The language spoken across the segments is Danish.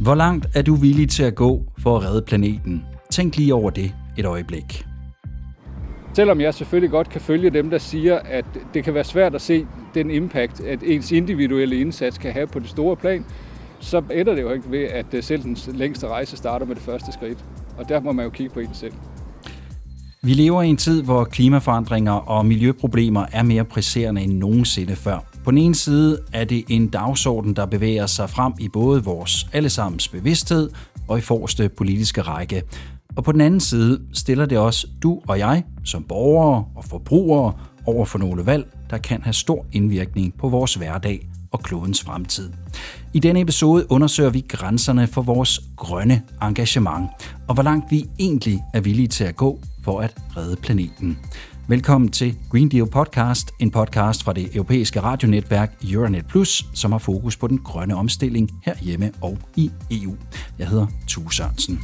Hvor langt er du villig til at gå for at redde planeten? Tænk lige over det et øjeblik. Selvom jeg selvfølgelig godt kan følge dem, der siger, at det kan være svært at se den impact, at ens individuelle indsats kan have på det store plan, så ender det jo ikke ved, at selv den længste rejse starter med det første skridt. Og der må man jo kigge på en selv. Vi lever i en tid, hvor klimaforandringer og miljøproblemer er mere presserende end nogensinde før. På den ene side er det en dagsorden, der bevæger sig frem i både vores allesammens bevidsthed og i forreste politiske række. Og på den anden side stiller det også du og jeg som borgere og forbrugere over for nogle valg, der kan have stor indvirkning på vores hverdag og klodens fremtid. I denne episode undersøger vi grænserne for vores grønne engagement, og hvor langt vi egentlig er villige til at gå for at redde planeten. Velkommen til Green Deal Podcast, en podcast fra det europæiske radionetværk Euronet Plus, som har fokus på den grønne omstilling herhjemme og i EU. Jeg hedder Tue Sørensen.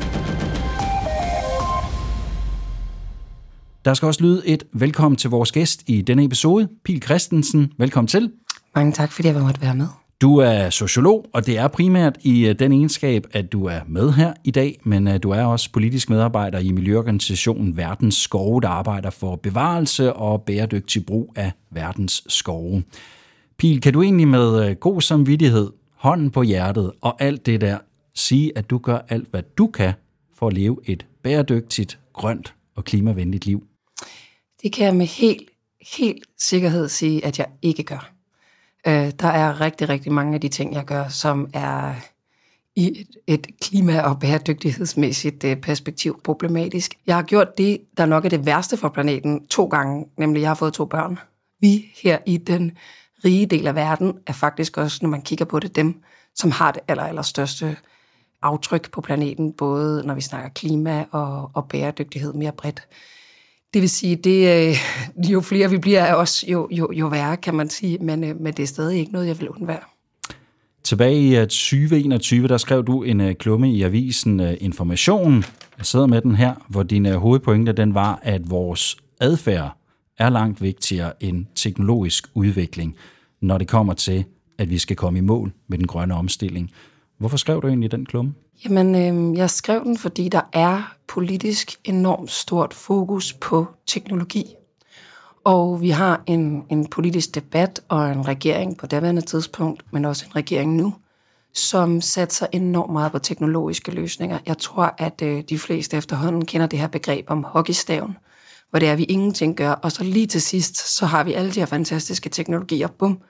Der skal også lyde et velkommen til vores gæst i denne episode, Pihl Christensen. Velkommen til. Mange tak, fordi jeg måtte være med. Du er sociolog, og det er primært i den egenskab, at du er med her i dag, men du er også politisk medarbejder i miljøorganisationen Verdens Skove, der arbejder for bevarelse og bæredygtig brug af verdens skove. Pihl, kan du egentlig med god samvittighed, hånden på hjertet og alt det der, sige, at du gør alt, hvad du kan for at leve et bæredygtigt, grønt og klimavenligt liv? Det kan jeg med helt sikkerhed sige, at jeg ikke gør. Der er rigtig mange af de ting, jeg gør, som er i et klima- og bæredygtighedsmæssigt perspektiv problematisk. Jeg har gjort det, der nok er det værste for planeten 2 gange, nemlig jeg har fået 2 børn. Vi her i den rige del af verden er faktisk også, når man kigger på det, dem, som har det allerstørste aftryk på planeten, både når vi snakker klima og bæredygtighed mere bredt. Det vil sige, det jo flere vi bliver af os, jo værre, kan man sige, men det er stadig ikke noget, jeg vil undvære. Tilbage i 2021, der skrev du en klumme i avisen Information. Jeg sidder med den her, hvor din hovedpointe den var, at vores adfærd er langt vigtigere end teknologisk udvikling, når det kommer til, at vi skal komme i mål med den grønne omstilling. Hvorfor skrev du egentlig den klumme? Jamen, jeg skrev den, fordi der er politisk enormt stort fokus på teknologi. Og vi har en politisk debat og en regering på daværende tidspunkt, men også en regering nu, som satser enormt meget på teknologiske løsninger. Jeg tror, at de fleste efterhånden kender det her begreb om hockeystaven, hvor det er, at vi ingenting gør, og så lige til sidst, så har vi alle de her fantastiske teknologier,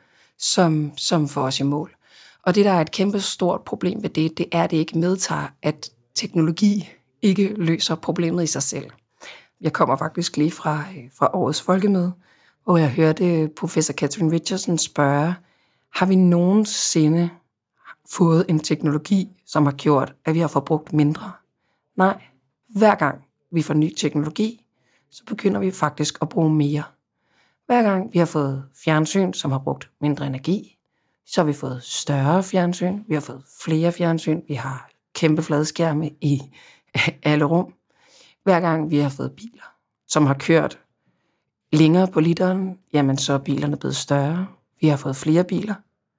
som får os i mål. Og det, der er et kæmpe stort problem ved det er, at det ikke medtager, at teknologi ikke løser problemet i sig selv. Jeg kommer faktisk lige fra årets folkemøde, hvor jeg hørte professor Catherine Richardson spørge, har vi nogensinde fået en teknologi, som har gjort, at vi har forbrugt mindre? Nej, hver gang vi får ny teknologi, så begynder vi faktisk at bruge mere. Hver gang vi har fået fjernsyn, som har brugt mindre energi, så har vi fået større fjernsyn, vi har fået flere fjernsyn, vi har kæmpe fladskærme i alle rum. Hver gang vi har fået biler, som har kørt længere på literen, jamen så er bilerne blevet større. Vi har fået flere biler.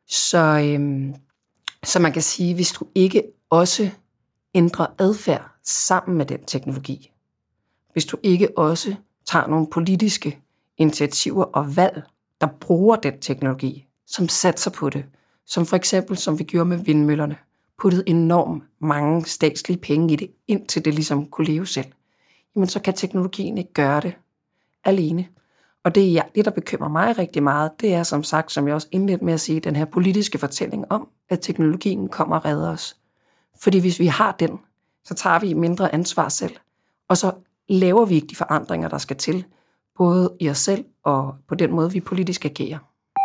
Så man kan sige, hvis du ikke også ændrer adfærd sammen med den teknologi, hvis du ikke også tager nogle politiske initiativer og valg, der bruger den teknologi, som satser på det, som for eksempel, som vi gjorde med vindmøllerne, puttede enormt mange statslige penge i det, indtil det ligesom kunne leve selv, jamen så kan teknologien ikke gøre det alene. Og det, der bekymrer mig rigtig meget, det er som sagt, som jeg også indledte med at sige, den her politiske fortælling om, at teknologien kommer og redder os. Fordi hvis vi har den, så tager vi mindre ansvar selv, og så laver vi ikke de forandringer, der skal til, både i os selv og på den måde, vi politisk agerer.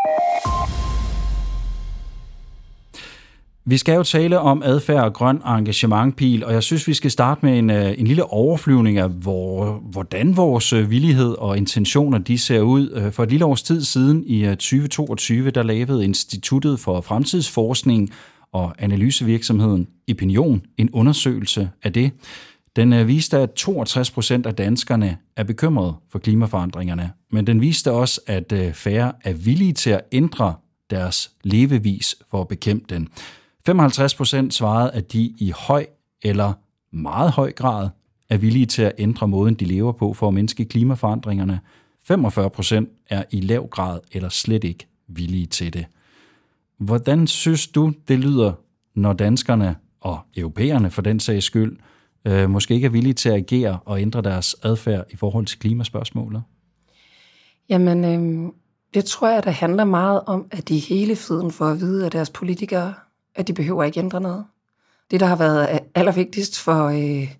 Vi skal jo tale om adfærd og grøn engagement, Pihl, og jeg synes, vi skal starte med en lille overflyvning af, hvordan vores villighed og intentioner de ser ud. For et lille års tid siden, i 2022, der lavede Instituttet for Fremtidsforskning og analysevirksomheden Epinion en undersøgelse af det. Den viste, at 62% af danskerne er bekymrede for klimaforandringerne, men den viste også, at færre er villige til at ændre deres levevis for at bekæmpe den. 55% svarede, at de i høj eller meget høj grad er villige til at ændre måden, de lever på for at mindske klimaforandringerne. 45% er i lav grad eller slet ikke villige til det. Hvordan synes du, det lyder, når danskerne og europæerne for den sags skyld måske ikke er villige til at agere og ændre deres adfærd i forhold til klimaspørgsmålet? Jamen, det tror jeg, der handler meget om, at de hele tiden får at vide af deres politikere, at de behøver ikke ændre noget. Det, der har været allervigtigst for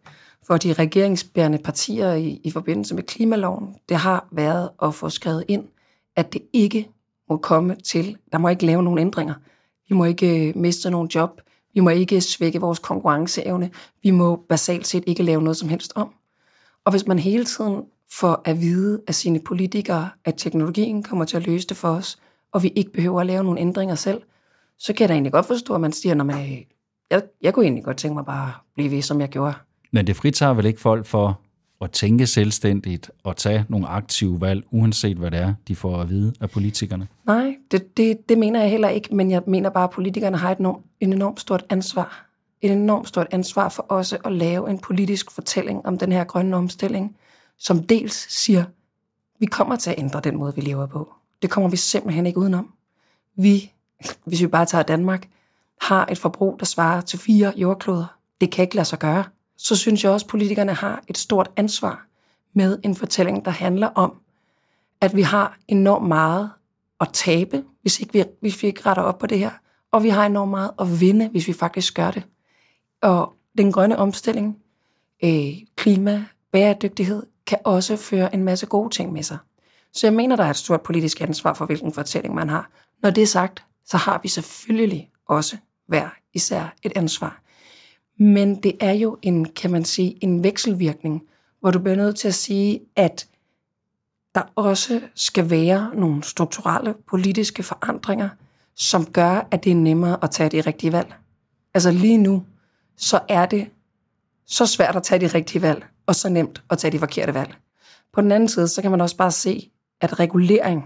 de regeringsbærende partier i forbindelse med klimaloven, det har været at få skrevet ind, at det ikke må komme til, der må ikke lave nogen ændringer. Vi må ikke miste nogen job. Vi må ikke svække vores konkurrenceevne. Vi må basalt set ikke lave noget som helst om. Og hvis man hele tiden får at vide af sine politikere, at teknologien kommer til at løse det for os, og vi ikke behøver at lave nogle ændringer selv, så kan jeg da egentlig godt forstå, at man siger, jeg kunne egentlig godt tænke mig bare at blive ved, som jeg gjorde. Men det fritager vel ikke folk for at tænke selvstændigt og tage nogle aktive valg, uanset hvad det er, de får at vide af politikerne? Nej, det mener jeg heller ikke, men jeg mener bare, at politikerne har et enormt stort ansvar. Et enormt stort ansvar for også at lave en politisk fortælling om den her grønne omstilling, som dels siger, vi kommer til at ændre den måde, vi lever på. Det kommer vi simpelthen ikke udenom. Vi, hvis vi bare tager Danmark, har et forbrug, der svarer til 4 jordkloder. Det kan ikke lade sig gøre. Så synes jeg også, at politikerne har et stort ansvar med en fortælling, der handler om, at vi har enormt meget at tabe, hvis vi ikke retter op på det her. Og vi har enormt meget at vinde, hvis vi faktisk gør det. Og den grønne omstilling, klima, bæredygtighed, kan også føre en masse gode ting med sig. Så jeg mener, der er et stort politisk ansvar for, hvilken fortælling man har. Når det er sagt, så har vi selvfølgelig også hver især et ansvar. Men det er jo en vekselvirkning, hvor du bliver nødt til at sige, at der også skal være nogle strukturelle politiske forandringer, som gør, at det er nemmere at tage de rigtige valg. Altså lige nu, så er det så svært at tage de rigtige valg, og så nemt at tage de forkerte valg. På den anden side, så kan man også bare se, at regulering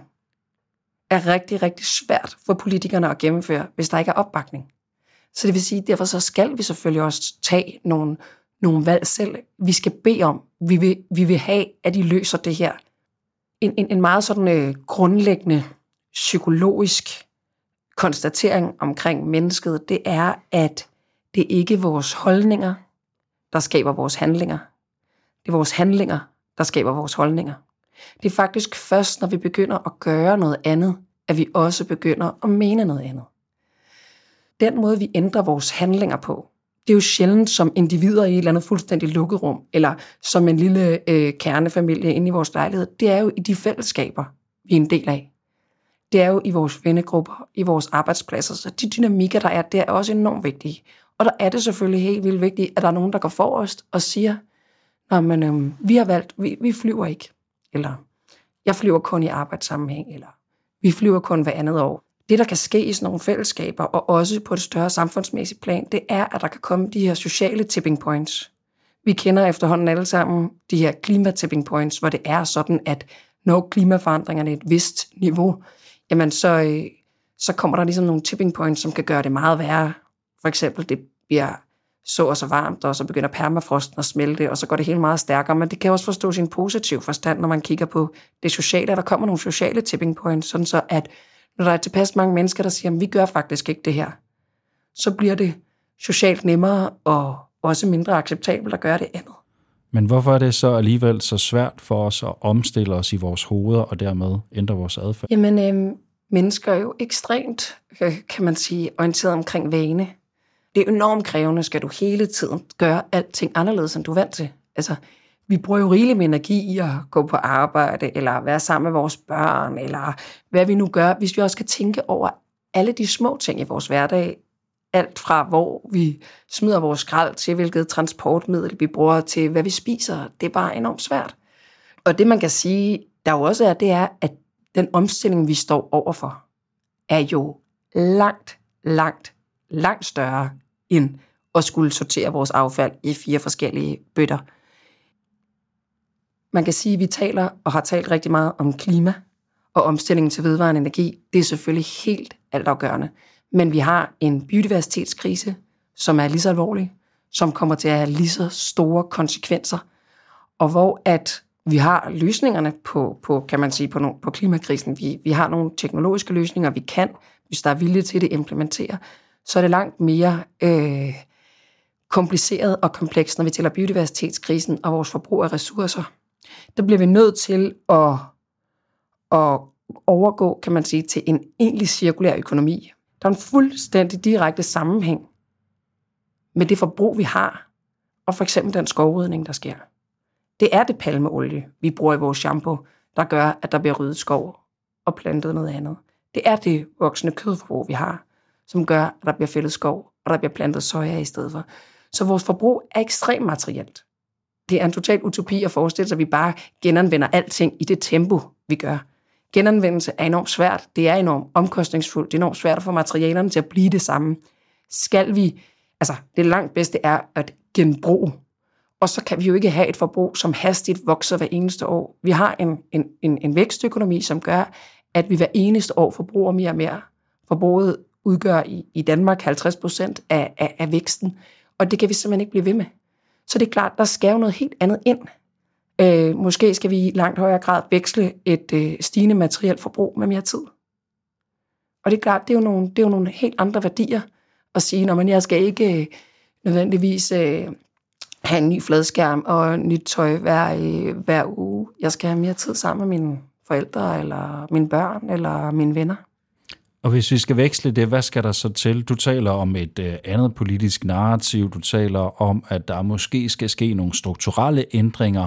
er rigtig, rigtig svært for politikerne at gennemføre, hvis der ikke er opbakning. Så det vil sige, derfor så skal vi selvfølgelig også tage nogle valg selv. Vi skal bede om, vi vil have, at de løser det her. En meget sådan grundlæggende psykologisk konstatering omkring mennesket, det er, at det ikke er vores holdninger, der skaber vores handlinger. Det er vores handlinger, der skaber vores holdninger. Det er faktisk først, når vi begynder at gøre noget andet, at vi også begynder at mene noget andet. Den måde, vi ændrer vores handlinger på, det er jo sjældent som individer i et eller andet fuldstændig lukket rum, eller som en lille kernefamilie inde i vores lejlighed. Det er jo i de fællesskaber, vi er en del af. Det er jo i vores vennegrupper, i vores arbejdspladser. Så de dynamikker, der er, det er også enormt vigtige. Og der er det selvfølgelig helt vildt vigtigt, at der er nogen, der går forrest og siger, vi har valgt, vi flyver ikke. Eller jeg flyver kun i arbejdssammenhæng, eller vi flyver kun hver andet år. Det, der kan ske i sådan nogle fællesskaber, og også på et større samfundsmæssigt plan, det er, at der kan komme de her sociale tipping points. Vi kender efterhånden alle sammen de her klima-tipping points, hvor det er sådan, at når klimaforandringerne er et vist niveau, jamen så kommer der ligesom nogle tipping points, som kan gøre det meget værre. For eksempel, det bliver så varmt, og så begynder permafrosten at smelte, og så går det helt meget stærkere. Men det kan også forstås i en positiv forstand, når man kigger på det sociale, der kommer nogle sociale tipping points, sådan så at når der er tilpas mange mennesker, der siger, at vi gør faktisk ikke det her, så bliver det socialt nemmere og også mindre acceptabelt at gøre det andet. Men hvorfor er det så alligevel så svært for os at omstille os i vores hoveder og dermed ændre vores adfærd? Jamen, mennesker er jo ekstremt, kan man sige, orienteret omkring vane. Det er enormt krævende, skal du hele tiden gøre alting anderledes, end du er vant til. Altså, vi bruger jo rigelig med energi i at gå på arbejde, eller være sammen med vores børn, eller hvad vi nu gør, hvis vi også skal tænke over alle de små ting i vores hverdag. Alt fra, hvor vi smider vores skrald til, hvilket transportmiddel vi bruger til, hvad vi spiser. Det er bare enormt svært. Og det, man kan sige, der jo også er, det er, at den omstilling, vi står overfor, er jo langt større, end at skulle sortere vores affald i 4 forskellige bøtter. Man kan sige, at vi taler og har talt rigtig meget om klima og omstillingen til vedvarende energi. Det er selvfølgelig helt altafgørende. Men vi har en biodiversitetskrise, som er lige så alvorlig, som kommer til at have lige så store konsekvenser, og hvor at vi har løsningerne på kan man sige, på klimakrisen. Vi har nogle teknologiske løsninger, vi kan, hvis der er vilje til det, implementere. Så er det langt mere kompliceret og komplekst, når vi tæller biodiversitetskrisen og vores forbrug af ressourcer. Der bliver vi nødt til at overgå, kan man sige, til en egentlig cirkulær økonomi. Der er en fuldstændig direkte sammenhæng med det forbrug, vi har, og for eksempel den skovrydning, der sker. Det er det palmeolie, vi bruger i vores shampoo, der gør, at der bliver ryddet skov og plantet noget andet. Det er det voksende kødforbrug, vi har, som gør, at der bliver fældet skov, og der bliver plantet soja i stedet for. Så vores forbrug er ekstremt materielt. Det er en total utopi at forestille sig, at vi bare genanvender alting i det tempo, vi gør. Genanvendelse er enormt svært. Det er enormt omkostningsfuldt. Det er enormt svært at få materialerne til at blive det samme. Det langt bedste er at genbruge. Og så kan vi jo ikke have et forbrug, som hastigt vokser hver eneste år. Vi har en vækstøkonomi, som gør, at vi hver eneste år forbruger mere og mere. Forbruget udgør i Danmark 50% af væksten, og det kan vi simpelthen ikke blive ved med. Så det er klart, der skal jo noget helt andet ind. Måske skal vi i langt højere grad veksle et stigende materielt forbrug med mere tid. Og det er klart, det er jo nogle helt andre værdier at sige, når jeg skal ikke nødvendigvis have en ny fladskærm og nyt tøj hver uge. Jeg skal have mere tid sammen med mine forældre, eller mine børn, eller mine venner. Og hvis vi skal veksle det, hvad skal der så til? Du taler om et andet politisk narrativ. Du taler om, at der måske skal ske nogle strukturelle ændringer.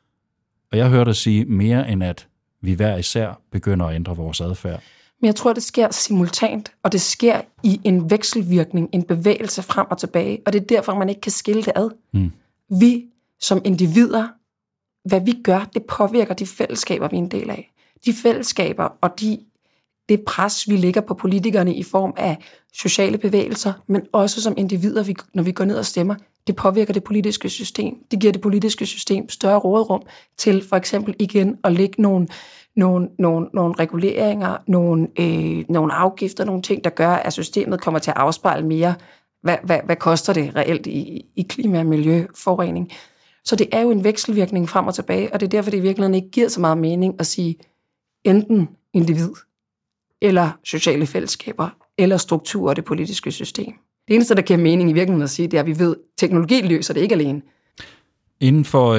Og jeg hørte dig sige mere end, at vi hver især begynder at ændre vores adfærd. Men jeg tror, det sker simultant, og det sker i en vekselvirkning, en bevægelse frem og tilbage, og det er derfor, man ikke kan skille det ad. Vi som individer, hvad vi gør, det påvirker de fællesskaber, vi er en del af. De fællesskaber og det pres, vi lægger på politikerne i form af sociale bevægelser, men også som individer, når vi går ned og stemmer, det påvirker det politiske system. Det giver det politiske system større råderum til for eksempel igen at lægge nogle reguleringer, nogle afgifter, nogle ting, der gør, at systemet kommer til at afspejle mere, hvad koster det reelt i klima, miljø, forurening. Så det er jo en vekselvirkning frem og tilbage, og det er derfor, det i virkeligheden ikke giver så meget mening at sige enten individ, eller sociale fællesskaber, eller strukturer af det politiske system. Det eneste, der giver mening i virkeligheden at sige, det er, at vi ved, at teknologi løser det ikke alene. Inden for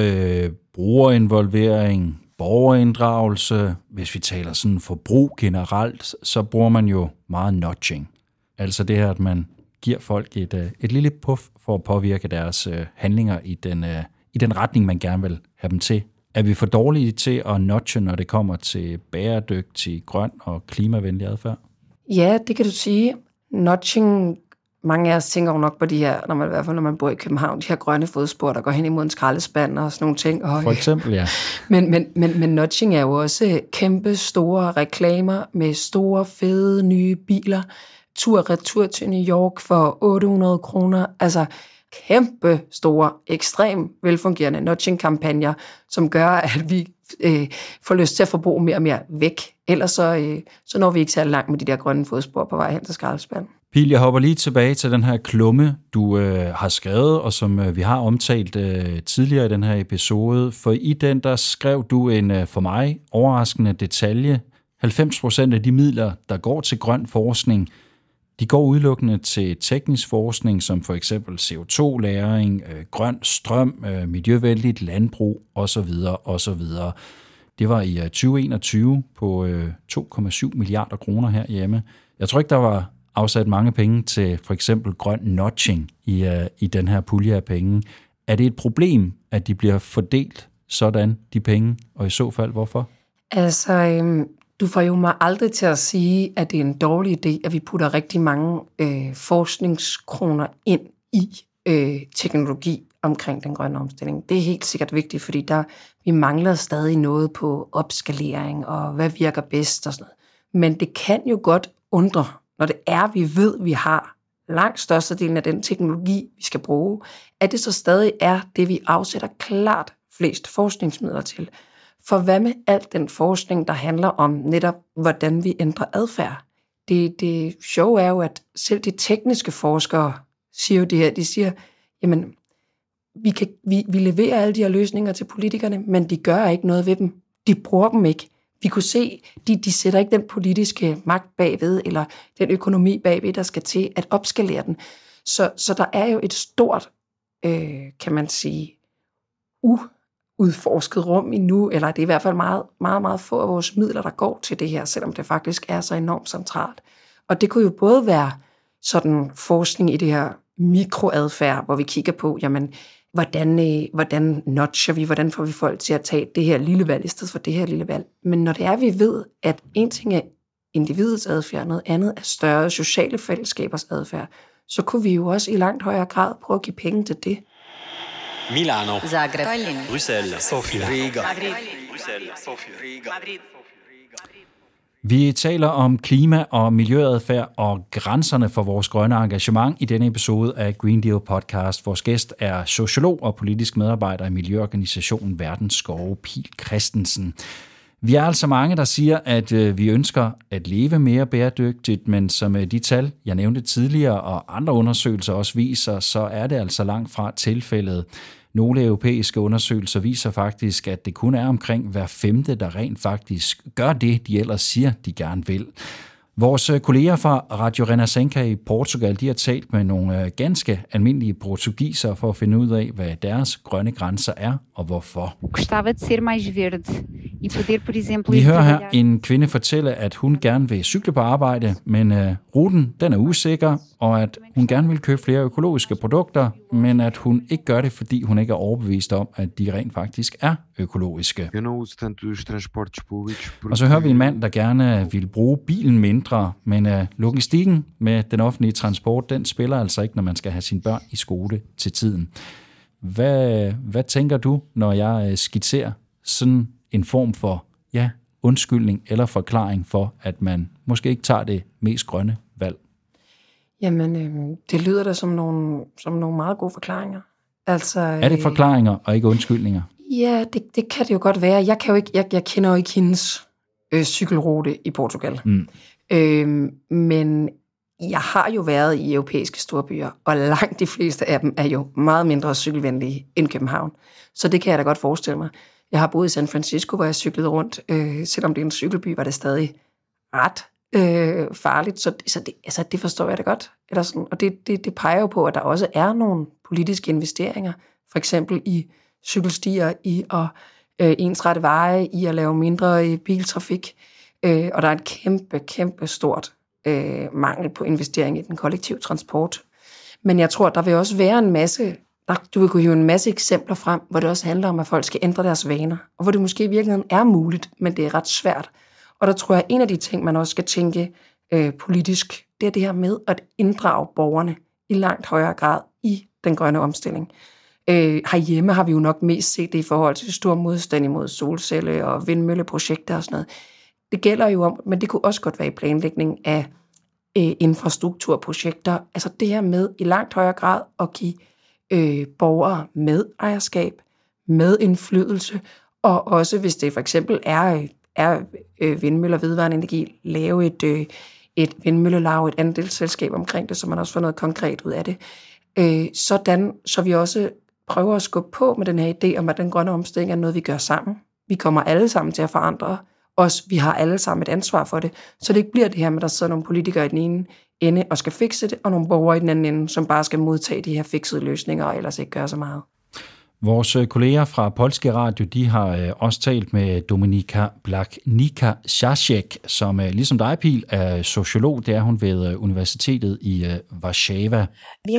brugerinvolvering, borgerinddragelse, hvis vi taler sådan forbrug generelt, så bruger man jo meget nudging. Altså det her, at man giver folk et lille puff for at påvirke deres handlinger i den retning, man gerne vil have dem til. Er vi for dårlige til at nudge, når det kommer til bæredygtig, grøn og klimavenlig adfærd? Ja, det kan du sige. Nudging, mange af os tænker jo nok på de her, i hvert fald når man bor i København, de her grønne fodspor, der går hen imod en skraldespand og sådan nogle ting. For eksempel, ja. Men nudging er jo også kæmpe store reklamer med store, fede, nye biler. Tur-retur til New York for 800 kroner. Altså kæmpe store, ekstremt velfungerende nudging-kampagner, som gør, at vi får lyst til at forbruge mere og mere væk. Ellers så når vi ikke særlig langt med de der grønne fodspor på vej hen til skraldespanden. Pil, jeg hopper lige tilbage til den her klumme, du har skrevet, og som vi har omtalt tidligere i den her episode. For i den, der skrev du en for mig overraskende detalje. 90% af de midler, der går til grøn forskning, de går udelukkende til teknisk forskning, som for eksempel CO2-lagring, grøn strøm, miljøvenligt landbrug osv. osv. Det var i 2021 på 2,7 milliarder kroner herhjemme. Jeg tror ikke, der var afsat mange penge til for eksempel grøn nudging i den her pulje af penge. Er det et problem, at de bliver fordelt sådan, de penge, og i så fald hvorfor? Altså, du får jo mig aldrig til at sige, at det er en dårlig idé, at vi putter rigtig mange forskningskroner ind i teknologi omkring den grønne omstilling. Det er helt sikkert vigtigt, fordi vi mangler stadig noget på opskalering og hvad virker bedst og sådan noget. Men det kan jo godt undre, når det er, vi ved, vi har langt størstedelen af den teknologi, vi skal bruge, at det så stadig er det, vi afsætter klart flest forskningsmidler til. For hvad med al den forskning, der handler om netop, hvordan vi ændrer adfærd? det sjove er jo, at selv de tekniske forskere siger jo det her. De siger, jamen, vi leverer alle de her løsninger til politikerne, men de gør ikke noget ved dem. De bruger dem ikke. Vi kunne se, de sætter ikke den politiske magt bagved, eller den økonomi bagved, der skal til at opskalere den. Så der er jo et stort, kan man sige, udforsket rum endnu, eller det er i hvert fald meget, meget, meget få af vores midler, der går til det her, selvom det faktisk er så enormt centralt. Og det kunne jo både være sådan forskning i det her mikroadfærd, hvor vi kigger på, jamen, hvordan nudger vi, hvordan får vi folk til at tage det her lille valg i stedet for det her lille valg. Men når det er, vi ved, at en ting er individets adfærd, noget andet er større sociale fællesskabers adfærd, så kunne vi jo også i langt højere grad prøve at give penge til det. Milano, Zagreb, Bruxelles, Sofia, Riga, Madrid. Vi taler om klima- og miljøadfærd og grænserne for vores grønne engagement i denne episode af Green Deal Podcast. Vores gæst er sociolog og politisk medarbejder i miljøorganisationen Verdens Skove, Pihl Christensen. Vi er altså mange, der siger, at vi ønsker at leve mere bæredygtigt, men som de tal, jeg nævnte tidligere, og andre undersøgelser også viser, så er det altså langt fra tilfældet. Nogle europæiske undersøgelser viser faktisk, at det kun er omkring hver femte, der rent faktisk gør det, de ellers siger, de gerne vil. Vores kolleger fra Radio Renascença i Portugal, de har talt med nogle ganske almindelige portugiser for at finde ud af, hvad deres grønne grænser er og hvorfor. Gostava de ser mais verde e poder, por exemplo, Vi hører her en kvinde fortælle, at hun gerne vil cykle på arbejde, men ruten den er usikker, og at hun gerne vil købe flere økologiske produkter, men at hun ikke gør det, fordi hun ikke er overbevist om, at de rent faktisk er økologiske. Og så hører vi en mand, der gerne vil bruge bilen mindre, men logistikken med den offentlige transport, den spiller altså ikke, når man skal have sine børn i skole til tiden. Hvad tænker du, når jeg skitserer sådan en form for undskyldning eller forklaring for, at man måske ikke tager det mest grønne valg? Jamen, det lyder da som nogle meget gode forklaringer. Altså, er det forklaringer og ikke undskyldninger? Ja, det kan det jo godt være. Jeg kender jo ikke hendes cykelrute i Portugal. Men jeg har jo været i europæiske storbyer, og langt de fleste af dem er jo meget mindre cykelvenlige end København. Så det kan jeg da godt forestille mig. Jeg har boet i San Francisco, hvor jeg cyklede rundt. Selvom det er en cykelby, var det stadig ret farligt. Så det forstår jeg da godt. Eller sådan. Og det peger jo på, at der også er nogle politiske investeringer. For eksempel i cykelstier, i at ensrette veje, i at lave mindre biltrafik. Og der er et kæmpe stort mangel på investering i den kollektive transport. Men jeg tror, der vil også være en masse, du vil kunne hive en masse eksempler frem, hvor det også handler om, at folk skal ændre deres vaner, og hvor det måske i virkeligheden er muligt, men det er ret svært. Og der tror jeg, at en af de ting, man også skal tænke politisk, det er det her med at inddrage borgerne i langt højere grad i den grønne omstilling. Herhjemme har vi jo nok mest set det i forhold til stor modstand imod solcelle- og vindmølleprojekter og sådan noget. Det gælder jo om, men det kunne også godt være i planlægning af infrastrukturprojekter. Altså det her med i langt højere grad at give borgere med ejerskab, med indflydelse, og også hvis det for eksempel er vindmøller, vedvarende energi, lave et vindmøllelav, et andelsselskab omkring det, så man også får noget konkret ud af det. Sådan, så vi også prøver at skubbe på med den her idé om, at den grønne omstilling er noget, vi gør sammen. Vi kommer alle sammen til at forandre os. Vi har alle sammen et ansvar for det. Så det ikke bliver det her med, at der sidder nogle politikere i den ene ende og skal fikse det, og nogle borgere i den anden ende, som bare skal modtage de her fiksede løsninger og ellers ikke gøre så meget. Vores kolleger fra Polske Radio, de har også talt med Dominika Blachnicka-Szaszek, som ligesom dig, Pihl, er sociolog. Det er hun ved universitetet i Warszawa.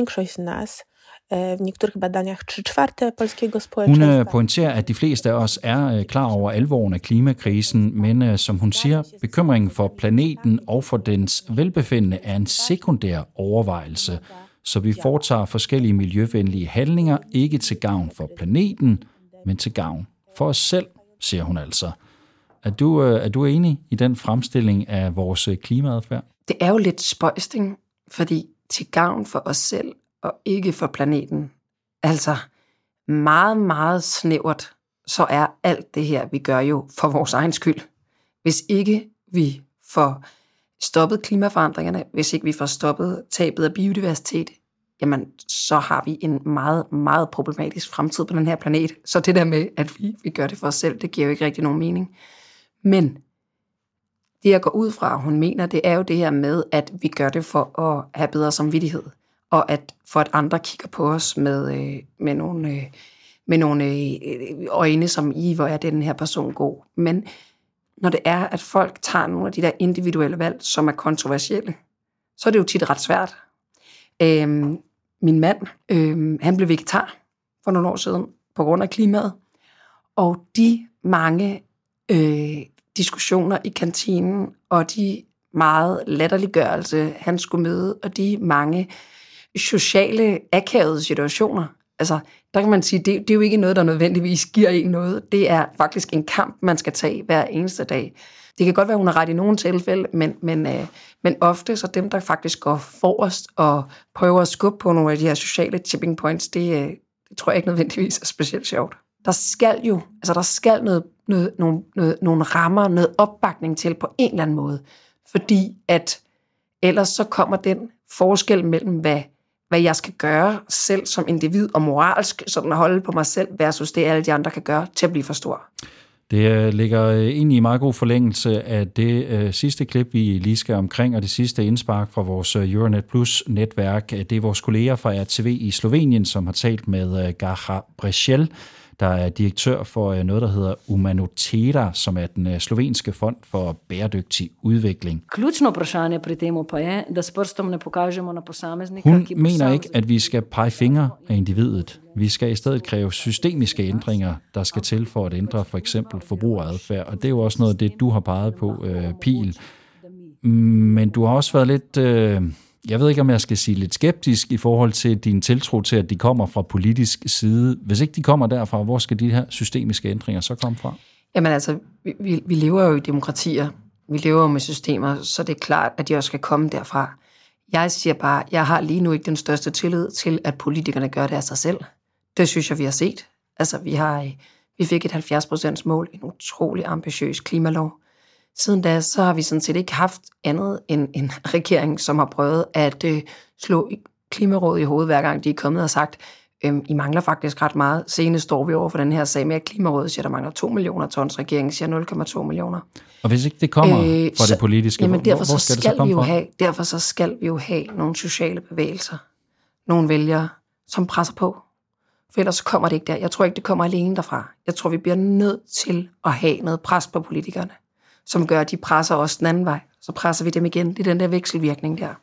Hun pointerer, at de fleste af os er klar over alvoren af klimakrisen, men som hun siger, bekymringen for planeten og for dens velbefindende er en sekundær overvejelse. Så vi foretager forskellige miljøvenlige handlinger, ikke til gavn for planeten, men til gavn for os selv, siger hun altså. Er du enig i den fremstilling af vores klimaadfærd? Det er jo lidt spøjst, ikke? Fordi til gavn for os selv og ikke for planeten. Altså meget, meget snævert, så er alt det her, vi gør jo for vores egen skyld. Hvis ikke vi får stoppet klimaforandringerne, hvis ikke vi får stoppet tabet af biodiversitet, jamen så har vi en meget, meget problematisk fremtid på den her planet. Så det der med, at vi gør det for os selv, det giver jo ikke rigtig nogen mening. Men det jeg går ud fra, hun mener, det er jo det her med, at vi gør det for at have bedre samvittighed, og at for at andre kigger på os med nogle øjne, som hvor er den her person god. Men når det er, at folk tager nogle af de der individuelle valg, som er kontroversielle, så er det jo tit ret svært. Min mand, han blev vegetar for nogle år siden på grund af klimaet, og de mange diskussioner i kantinen, og de meget latterliggørelse, han skulle møde, og de mange sociale akavede situationer. Altså, der kan man sige, det er jo ikke noget, der nødvendigvis giver en noget. Det er faktisk en kamp, man skal tage hver eneste dag. Det kan godt være, hun har ret i nogle tilfælde, men ofte så dem, der faktisk går forrest og prøver at skubbe på nogle af de her sociale tipping points, det tror jeg ikke nødvendigvis er specielt sjovt. Der skal nogle rammer, noget opbakning til på en eller anden måde, fordi at ellers så kommer den forskel mellem, hvad jeg skal gøre selv som individ og moralsk, sådan at holde på mig selv, versus det alle de andre kan gøre, til at blive for stor. Det ligger egentlig i meget god forlængelse af det sidste klip, vi lige skal omkring, og det sidste indspark fra vores Euronet Plus-netværk. Det er vores kolleger fra RTV i Slovenien, som har talt med Gaja Breschel, der er direktør for noget, der hedder Humanotera, som er den slovenske fond for bæredygtig udvikling. Hun mener ikke, at vi skal pege fingre af individet. Vi skal i stedet kræve systemiske ændringer, der skal til for at ændre for eksempel forbrugeradfærd. Og det er jo også noget af det, du har peget på, Pihl. Men du har også været lidt... Jeg ved ikke, om jeg skal sige lidt skeptisk i forhold til din tiltro til, at de kommer fra politisk side. Hvis ikke de kommer derfra, hvor skal de her systemiske ændringer så komme fra? Jamen altså, vi lever jo i demokratier. Vi lever jo med systemer, så det er klart, at de også skal komme derfra. Jeg siger bare, jeg har lige nu ikke den største tillid til, at politikerne gør det af sig selv. Det synes jeg, vi har set. Altså, vi fik et 70% mål, en utrolig ambitiøs klimalov. Siden da, så har vi sådan set ikke haft andet end en regering, som har prøvet at slå Klimarådet i hovedet, hver gang de er kommet og sagt, I mangler faktisk ret meget. Senest står vi over for den her sag med, at Klimarådet siger, der mangler 2 millioner tons, regeringen siger 0,2 millioner. Og hvis ikke det kommer fra det politiske, jamen hvor skal det så komme fra? Derfor så skal vi jo have nogle sociale bevægelser, nogle vælgere, som presser på. For ellers kommer det ikke der. Jeg tror ikke, det kommer alene derfra. Jeg tror, vi bliver nødt til at have noget pres på politikerne, som gør, at de presser os den anden vej. Så presser vi dem igen. Det er den der vekselvirkning der.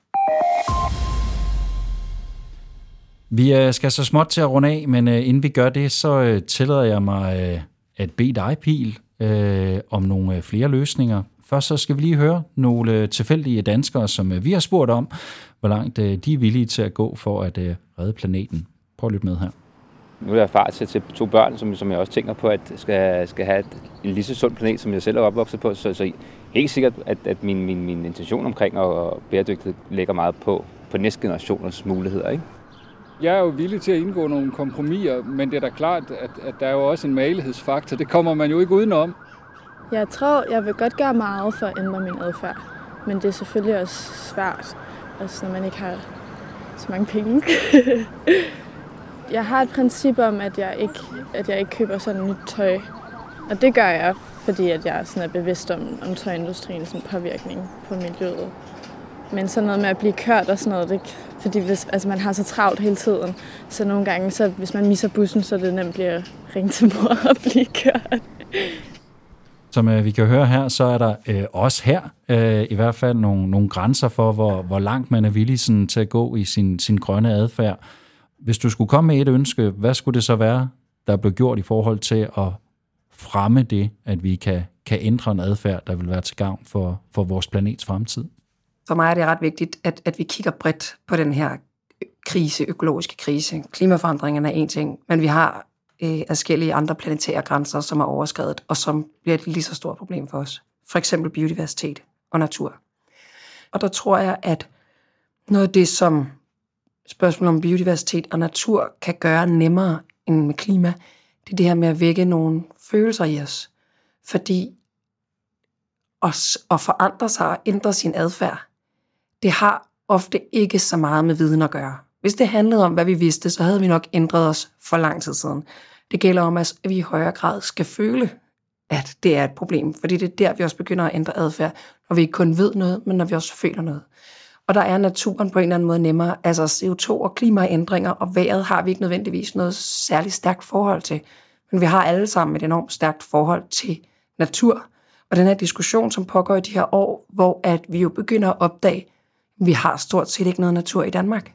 Vi skal så småt til at runde af, men inden vi gør det, så tillader jeg mig at bede dig, Pihl, om nogle flere løsninger. Først så skal vi lige høre nogle tilfældige danskere, som vi har spurgt om, hvor langt de er villige til at gå for at redde planeten. Prøv at lytte med her. Nu er jeg far til 2 børn, som jeg også tænker på, at skal have en lige så sund planet, som jeg selv er opvokset på. Så helt sikkert, at min intention omkring og bæredygtighed ligger meget på næste generationers muligheder, ikke? Jeg er jo villig til at indgå nogle kompromiser, men det er da klart, at der er jo også en magelighedsfaktor. Det kommer man jo ikke udenom. Jeg tror, jeg vil godt gøre meget for at ændre min adfærd, men det er selvfølgelig også svært, altså når man ikke har så mange penge. Jeg har et princip om, at jeg ikke køber sådan nyt tøj. Og det gør jeg, fordi at jeg sådan er bevidst om tøjindustriens påvirkning på miljøet. Men sådan noget med at blive kørt og sådan noget, fordi man har så travlt hele tiden, så nogle gange, så hvis man misser bussen, så er det nemt at ringe til mor og blive kørt. Som vi kan høre her, så er der også her i hvert fald nogle grænser for, hvor langt man er villig sådan, til at gå i sin grønne adfærd. Hvis du skulle komme med et ønske, hvad skulle det så være, der blev gjort i forhold til at fremme det, at vi kan ændre en adfærd, der vil være til gavn for vores planets fremtid? For mig er det ret vigtigt, at vi kigger bredt på den her økologiske krise. Klimaforandringerne er en ting, men vi har forskellige andre planetære grænser, som er overskredet, og som bliver et lige så stort problem for os. For eksempel biodiversitet og natur. Og der tror jeg, at noget af det, som spørgsmål om biodiversitet og natur kan gøre nemmere end med klima, det er det her med at vække nogle følelser i os. Fordi at forandre sig og ændre sin adfærd, det har ofte ikke så meget med viden at gøre. Hvis det handlede om, hvad vi vidste, så havde vi nok ændret os for lang tid siden. Det gælder om, at vi i højere grad skal føle, at det er et problem, fordi det er der, vi også begynder at ændre adfærd, når vi ikke kun ved noget, men når vi også føler noget. Og der er naturen på en eller anden måde nemmere. Altså CO2 og klimaændringer og vejret har vi ikke nødvendigvis noget særligt stærkt forhold til. Men vi har alle sammen et enormt stærkt forhold til natur. Og den her diskussion, som pågår i de her år, hvor at vi jo begynder at opdage, at vi har stort set ikke noget natur i Danmark.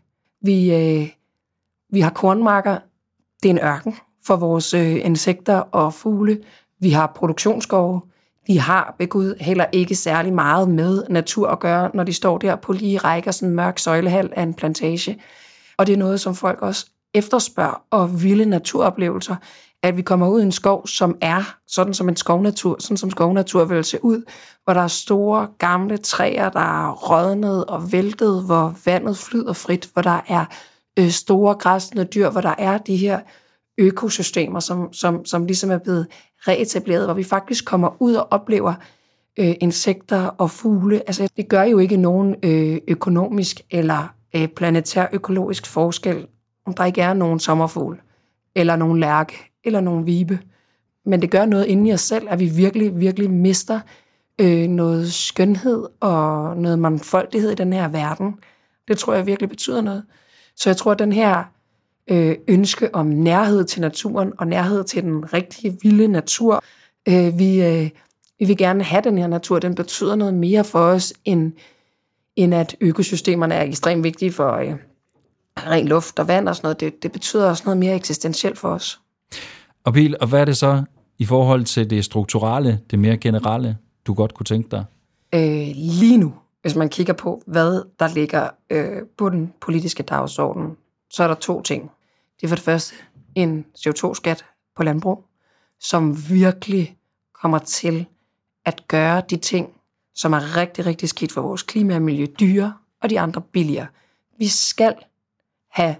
Vi har kornmarker. Det er en ørken for vores insekter og fugle. Vi har produktionsskove. De har ved Gud heller ikke særlig meget med natur at gøre, når de står der på lige rækker, sådan en mørk søjlehal af en plantage. Og det er noget, som folk også efterspørger, og vilde naturoplevelser, at vi kommer ud i en skov, som er sådan som en skovnatur, sådan som skovnatur vil se ud, hvor der er store, gamle træer, der er rådnet og væltet, hvor vandet flyder frit, hvor der er store græssende dyr, hvor der er de her økosystemer, som ligesom er blevet reetableret, hvor vi faktisk kommer ud og oplever insekter og fugle. Altså, det gør jo ikke nogen økonomisk eller planetær økologisk forskel, om der ikke er nogen sommerfugl, eller nogen lærke, eller nogen vibe. Men det gør noget inde i os selv, at vi virkelig, virkelig mister noget skønhed og noget mangfoldighed i den her verden. Det tror jeg virkelig betyder noget. Så jeg tror, at den her ønske om nærhed til naturen og nærhed til den rigtige vilde natur. Vi vil gerne have den her natur. Den betyder noget mere for os, end at økosystemerne er ekstremt vigtige for ren luft og vand og sådan noget. Det betyder også noget mere eksistentielt for os. Og Pil, og hvad er det så i forhold til det strukturelle, det mere generelle, du godt kunne tænke dig? Lige nu, hvis man kigger på, hvad der ligger på den politiske dagsorden, så er der 2 ting. Det er for det første en CO2-skat på landbrug, som virkelig kommer til at gøre de ting, som er rigtig, rigtig skidt for vores klima og miljø, dyre, og de andre billigere. Vi skal have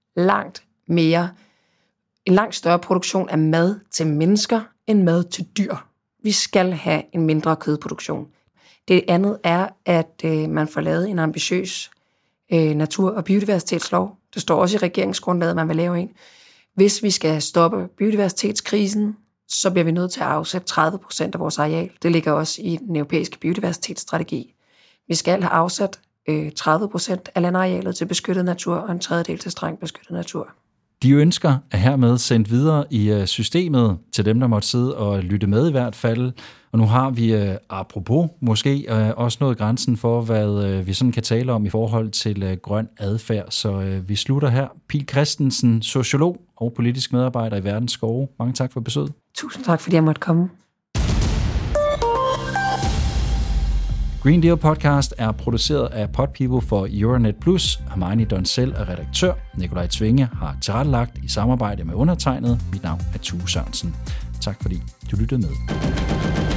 en langt større produktion af mad til mennesker end mad til dyr. Vi skal have en mindre kødproduktion. Det andet er, at man får lavet en ambitiøs natur- og biodiversitetslov. Det står også i regeringsgrundlaget, at man vil lave en. Hvis vi skal stoppe biodiversitetskrisen, så bliver vi nødt til at afsætte 30% af vores areal. Det ligger også i den europæiske biodiversitetsstrategi. Vi skal have afsat 30% af landarealet til beskyttet natur og en tredjedel til strengt beskyttet natur. De ønsker er hermed sendt videre i systemet til dem, der måtte sidde og lytte med i hvert fald. Og nu har vi, apropos måske, også nået grænsen for, hvad vi sådan kan tale om i forhold til grøn adfærd. Så vi slutter her. Pil Christensen, sociolog og politisk medarbejder i Verdens Skove. Mange tak for besøget. Tusind tak, fordi jeg måtte komme. Green Deal Podcast er produceret af Podpeople for Euronet Plus. Hermione Donsel er redaktør. Nikolaj Tvinge har tilrettelagt i samarbejde med undertegnet. Mit navn er Tue Sørensen. Tak fordi du lyttede med.